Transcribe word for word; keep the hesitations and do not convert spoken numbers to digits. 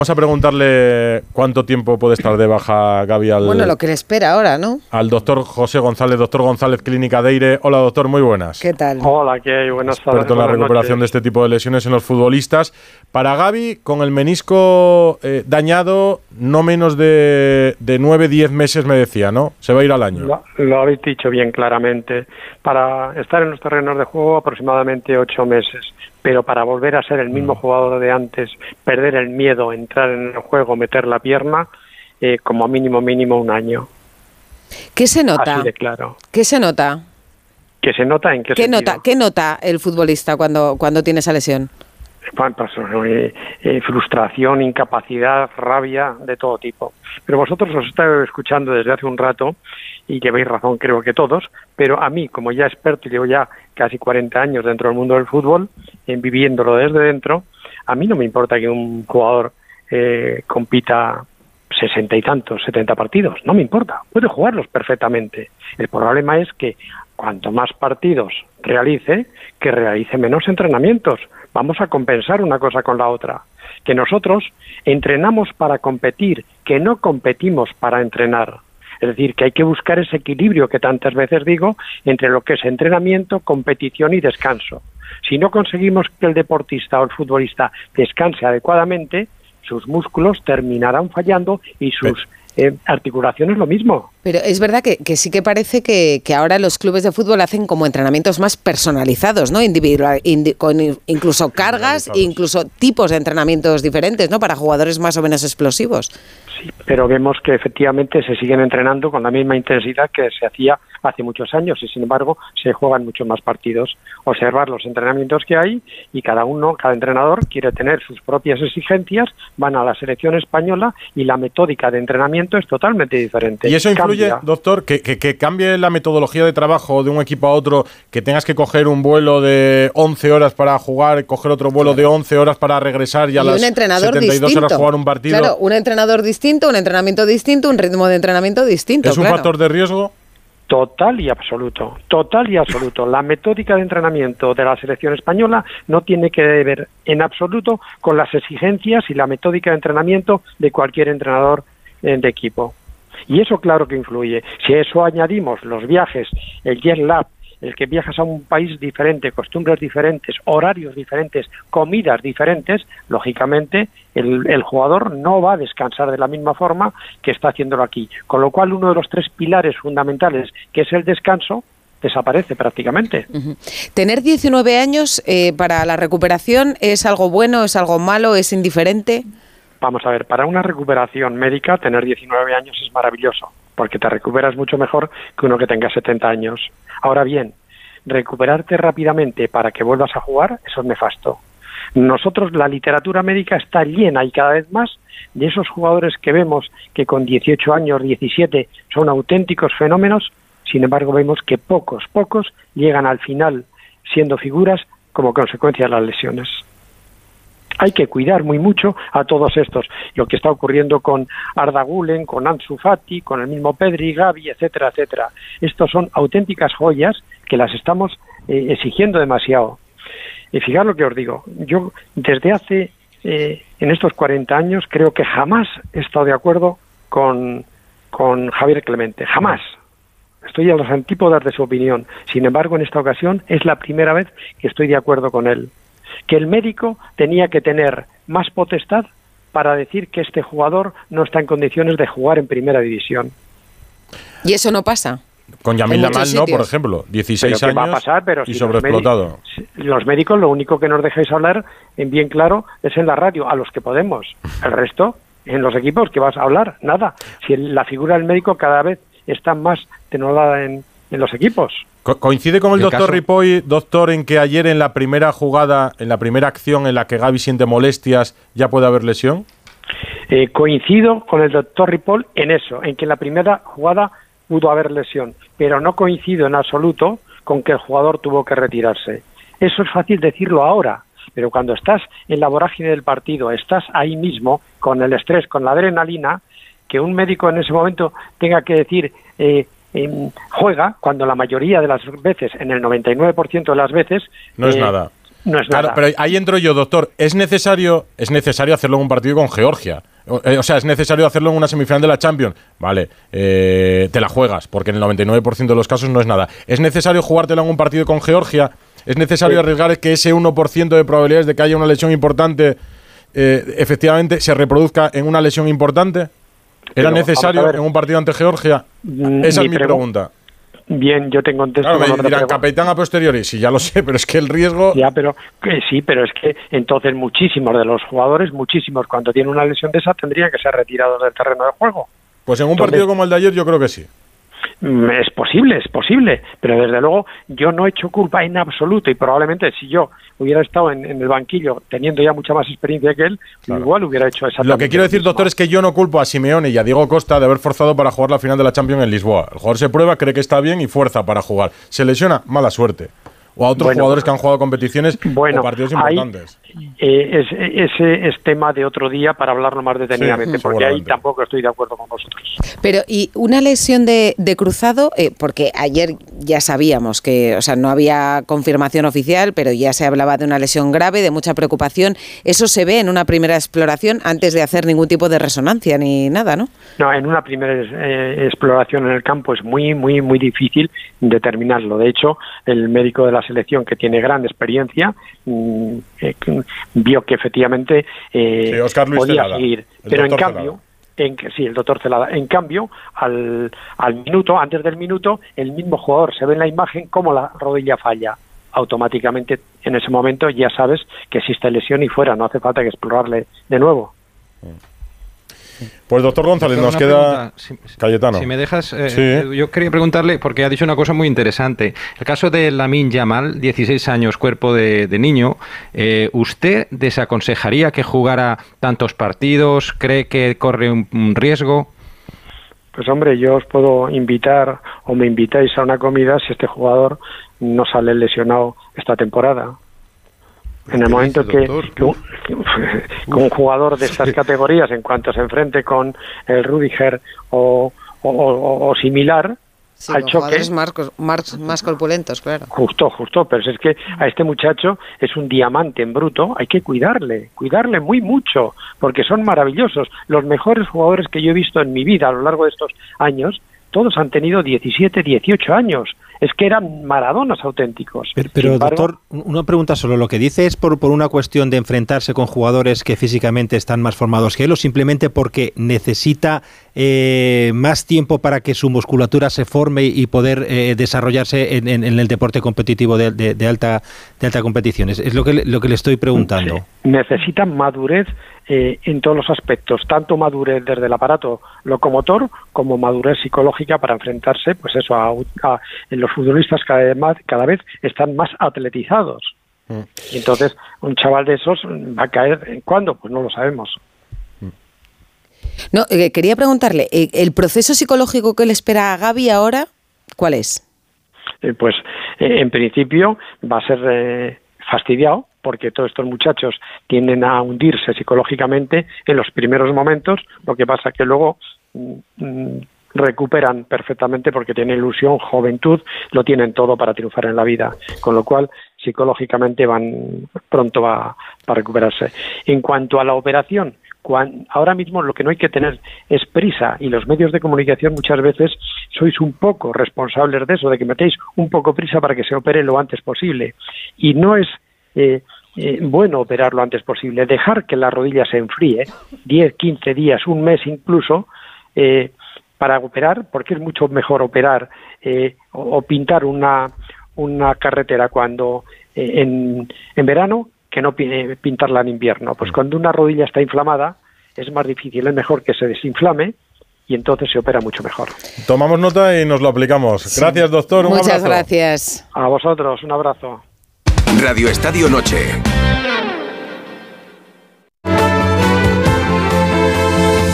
Vamos a preguntarle cuánto tiempo puede estar de baja Gavi al... Bueno, lo que le espera ahora, ¿no? Al doctor José González, doctor González, Clínica Deire. Hola, doctor, muy buenas. ¿Qué tal? Hola, ¿qué hay? Buenas tardes. Experto en la recuperación de este tipo de lesiones en los futbolistas. Para Gavi, con el menisco eh, dañado, no menos de, de nueve, diez meses, me decía, ¿no? Se va a ir al año. Lo, lo habéis dicho bien claramente. Para estar en los terrenos de juego, aproximadamente ocho meses. Pero para volver a ser el mismo jugador de antes, perder el miedo, entrar en el juego, meter la pierna, eh, como mínimo, mínimo un año. ¿Qué se nota? Así de claro. ¿Qué se nota? ¿Qué se nota? ¿En qué ¿Qué sentido? nota, ¿Qué nota el futbolista cuando, cuando tiene esa lesión? Pues, eh, eh, frustración, incapacidad, rabia, de todo tipo. Pero vosotros os estáis escuchando desde hace un rato y lleváis razón, creo que todos, pero a mí, como ya experto, llevo ya casi cuarenta años dentro del mundo del fútbol, en viviéndolo desde dentro, a mí no me importa que un jugador eh, compita sesenta y tantos, setenta partidos, no me importa, puede jugarlos perfectamente. El problema es que cuanto más partidos realice, que realice menos entrenamientos. Vamos a compensar una cosa con la otra. Que nosotros entrenamos para competir, que no competimos para entrenar. Es decir, que hay que buscar ese equilibrio que tantas veces digo entre lo que es entrenamiento, competición y descanso. Si no conseguimos que el deportista o el futbolista descanse adecuadamente, sus músculos terminarán fallando y sus eh, articulaciones lo mismo. Pero es verdad que, que sí que parece que, que ahora los clubes de fútbol hacen como entrenamientos más personalizados, ¿no? Individual, indi, con incluso cargas, incluso tipos de entrenamientos diferentes, ¿no? Para jugadores más o menos explosivos. Sí, pero vemos que efectivamente se siguen entrenando con la misma intensidad que se hacía hace muchos años y sin embargo se juegan muchos más partidos. Observar los entrenamientos que hay y cada uno, cada entrenador quiere tener sus propias exigencias, van a la selección española y la metódica de entrenamiento es totalmente diferente. ¿Y eso influye, Cambia. doctor, que, que, que cambie la metodología de trabajo de un equipo a otro, que tengas que coger un vuelo de once horas para jugar, coger otro vuelo de once horas para regresar y a y las un entrenador setenta y dos distinto. horas jugar un partido? Claro, un entrenador distinto, un entrenamiento distinto, un ritmo de entrenamiento distinto. ¿Es un claro. factor de riesgo? Total y absoluto, total y absoluto. La metódica de entrenamiento de la selección española no tiene que ver en absoluto con las exigencias y la metódica de entrenamiento de cualquier entrenador eh, de equipo. Y eso claro que influye. Si a eso añadimos los viajes, el jet lag, el que viajas a un país diferente, costumbres diferentes, horarios diferentes, comidas diferentes, lógicamente el, el jugador no va a descansar de la misma forma que está haciéndolo aquí. Con lo cual uno de los tres pilares fundamentales, que es el descanso, desaparece prácticamente. Uh-huh. ¿Tener diecinueve años eh, para la recuperación es algo bueno, es algo malo, es indiferente? Vamos a ver, para una recuperación médica tener diecinueve años es maravilloso, porque te recuperas mucho mejor que uno que tenga setenta años. Ahora bien, recuperarte rápidamente para que vuelvas a jugar, eso es nefasto. Nosotros, la literatura médica está llena y cada vez más de esos jugadores que vemos que con dieciocho años, diecisiete, son auténticos fenómenos, sin embargo vemos que pocos, pocos llegan al final siendo figuras como consecuencia de las lesiones. Hay que cuidar muy mucho a todos estos. Lo que está ocurriendo con Arda Güler, con Ansu Fati, con el mismo Pedri, Gavi, etcétera, etcétera. Estos son auténticas joyas que las estamos eh, exigiendo demasiado. Y fijaos lo que os digo. Yo desde hace, eh, en estos cuarenta años, creo que jamás he estado de acuerdo con, con Javier Clemente. Jamás. Estoy a los antípodas de su opinión. Sin embargo, en esta ocasión es la primera vez que estoy de acuerdo con él. Que el médico tenía que tener más potestad para decir que este jugador no está en condiciones de jugar en primera división. ¿Y eso no pasa? Con Yamil Lamal no, por ejemplo, dieciséis pero años va a pasar, pero y si sobreexplotado. Los médicos, los médicos lo único que nos dejáis hablar en bien claro es en la radio, a los que podemos. El resto, en los equipos que vas a hablar, nada. Si la figura del médico cada vez está más denodada en, en los equipos. Co ¿Coincide con el, el doctor caso... Ripoll, doctor, en que ayer en la primera jugada, en la primera acción en la que Gavi siente molestias, ya puede haber lesión? Eh, coincido con el doctor Ripoll en eso, en que en la primera jugada pudo haber lesión, pero no coincido en absoluto con que el jugador tuvo que retirarse. Eso es fácil decirlo ahora, pero cuando estás en la vorágine del partido, estás ahí mismo, con el estrés, con la adrenalina, que un médico en ese momento tenga que decir... Eh, Eh, juega cuando la mayoría de las veces, en el noventa y nueve por ciento de las veces, no es eh, nada. no es claro, nada. Pero ahí entro yo, doctor. ¿Es necesario, es necesario hacerlo en un partido con Georgia? O, eh, o sea, ¿es necesario hacerlo en una semifinal de la Champions? Vale, eh, te la juegas, porque en el noventa y nueve por ciento de los casos no es nada. ¿Es necesario jugártela en un partido con Georgia? ¿Es necesario sí. arriesgar que ese uno por ciento de probabilidades de que haya una lesión importante eh, efectivamente se reproduzca en una lesión importante? ¿Era Pero, necesario en un partido ante Georgia? Mm, Esa es mi pregunta. Bien, yo te contesto. Claro, me dirán capitán a posteriori, sí, ya lo sé, pero es que el riesgo... Ya, pero eh, sí, pero es que entonces muchísimos de los jugadores, muchísimos, cuando tienen una lesión de esa, tendrían que ser retirados del terreno de juego. Pues en un entonces, partido como el de ayer yo creo que sí. Es posible, es posible, pero desde luego yo no he hecho culpa en absoluto y probablemente si yo hubiera estado en, en el banquillo teniendo ya mucha más experiencia que él, claro. igual hubiera hecho exactamente lo que quiero decir, doctor, es que yo no culpo a Simeone y a Diego Costa de haber forzado para jugar la final de la Champions en Lisboa. El jugador se prueba, cree que está bien y fuerza para jugar. Se lesiona, mala suerte. O a otros bueno, jugadores que han jugado competiciones bueno, o partidos importantes. Ahí, eh, es, ese es tema de otro día para hablarlo más detenidamente, sí, porque ahí tampoco estoy de acuerdo con vosotros. Pero, ¿y una lesión de, de cruzado? Eh, porque ayer ya sabíamos que, o sea, no había confirmación oficial, pero ya se hablaba de una lesión grave, de mucha preocupación. Eso se ve en una primera exploración antes de hacer ningún tipo de resonancia ni nada, ¿no? No, en una primera eh, exploración en el campo es muy, muy, muy difícil determinarlo. De hecho, el médico de la selección, que tiene gran experiencia, mmm, eh, vio que efectivamente eh, sí, Óscar Luis podía Celada, seguir, pero en cambio en que sí, el doctor Celada, en cambio al, al minuto, antes del minuto, el mismo jugador se ve en la imagen cómo la rodilla falla. Automáticamente en ese momento ya sabes que existe lesión y fuera, no hace falta que explorarle de nuevo. Pues doctor González, nos queda si, Cayetano. Si me dejas, eh, sí. yo quería preguntarle, porque ha dicho una cosa muy interesante. El caso de Lamine Yamal, dieciséis años, cuerpo de, de niño, eh, ¿usted desaconsejaría que jugara tantos partidos? ¿Cree que corre un, un riesgo? Pues hombre, yo os puedo invitar o me invitáis a una comida si este jugador no sale lesionado esta temporada. En el momento que, que, que un jugador de estas categorías, en cuanto se enfrente con el Rüdiger o, o, o, o similar, sí, al choque, más, más, más corpulentos, claro. Justo, justo, pero es que a este muchacho es un diamante en bruto, hay que cuidarle, cuidarle muy mucho, porque son maravillosos. Los mejores jugadores que yo he visto en mi vida a lo largo de estos años, todos han tenido diecisiete, dieciocho años. Es que eran maradonas auténticos. Pero, pero embargo, doctor, una pregunta solo. ¿Lo que dice es por, por una cuestión de enfrentarse con jugadores que físicamente están más formados que él o simplemente porque necesita eh, más tiempo para que su musculatura se forme y poder eh, desarrollarse en, en, en el deporte competitivo de, de, de, alta, de alta competición? Es, es lo, que le, lo que le estoy preguntando. Sí. Necesita madurez eh, en todos los aspectos, tanto madurez desde el aparato locomotor como madurez psicológica para enfrentarse, pues eso, a, a en los futbolistas cada vez, más, cada vez están más atletizados. Mm. Y entonces, un chaval de esos va a caer, ¿cuándo? Pues no lo sabemos. No, eh, quería preguntarle, eh, ¿el proceso psicológico que le espera a Gavi ahora, cuál es? Eh, pues, eh, en principio, va a ser eh, fastidiado, porque todos estos muchachos tienden a hundirse psicológicamente en los primeros momentos, lo que pasa que luego mmm, recuperan perfectamente porque tienen ilusión, juventud, lo tienen todo para triunfar en la vida, con lo cual psicológicamente van pronto a, a recuperarse. En cuanto a la operación, cuando, ahora mismo lo que no hay que tener es prisa, y los medios de comunicación muchas veces sois un poco responsables de eso, de que metéis un poco prisa para que se opere lo antes posible, y no es eh, eh, bueno operar lo antes posible, dejar que la rodilla se enfríe, diez, quince días, un mes incluso, eh, para operar, porque es mucho mejor operar eh, o, o pintar una, una carretera cuando eh, en, en verano que no eh, pintarla en invierno. Pues cuando una rodilla está inflamada es más difícil, es mejor que se desinflame y entonces se opera mucho mejor. Tomamos nota y nos lo aplicamos. Sí. Gracias, doctor. Un Muchas abrazo. gracias. A vosotros, un abrazo. Radio Estadio Noche.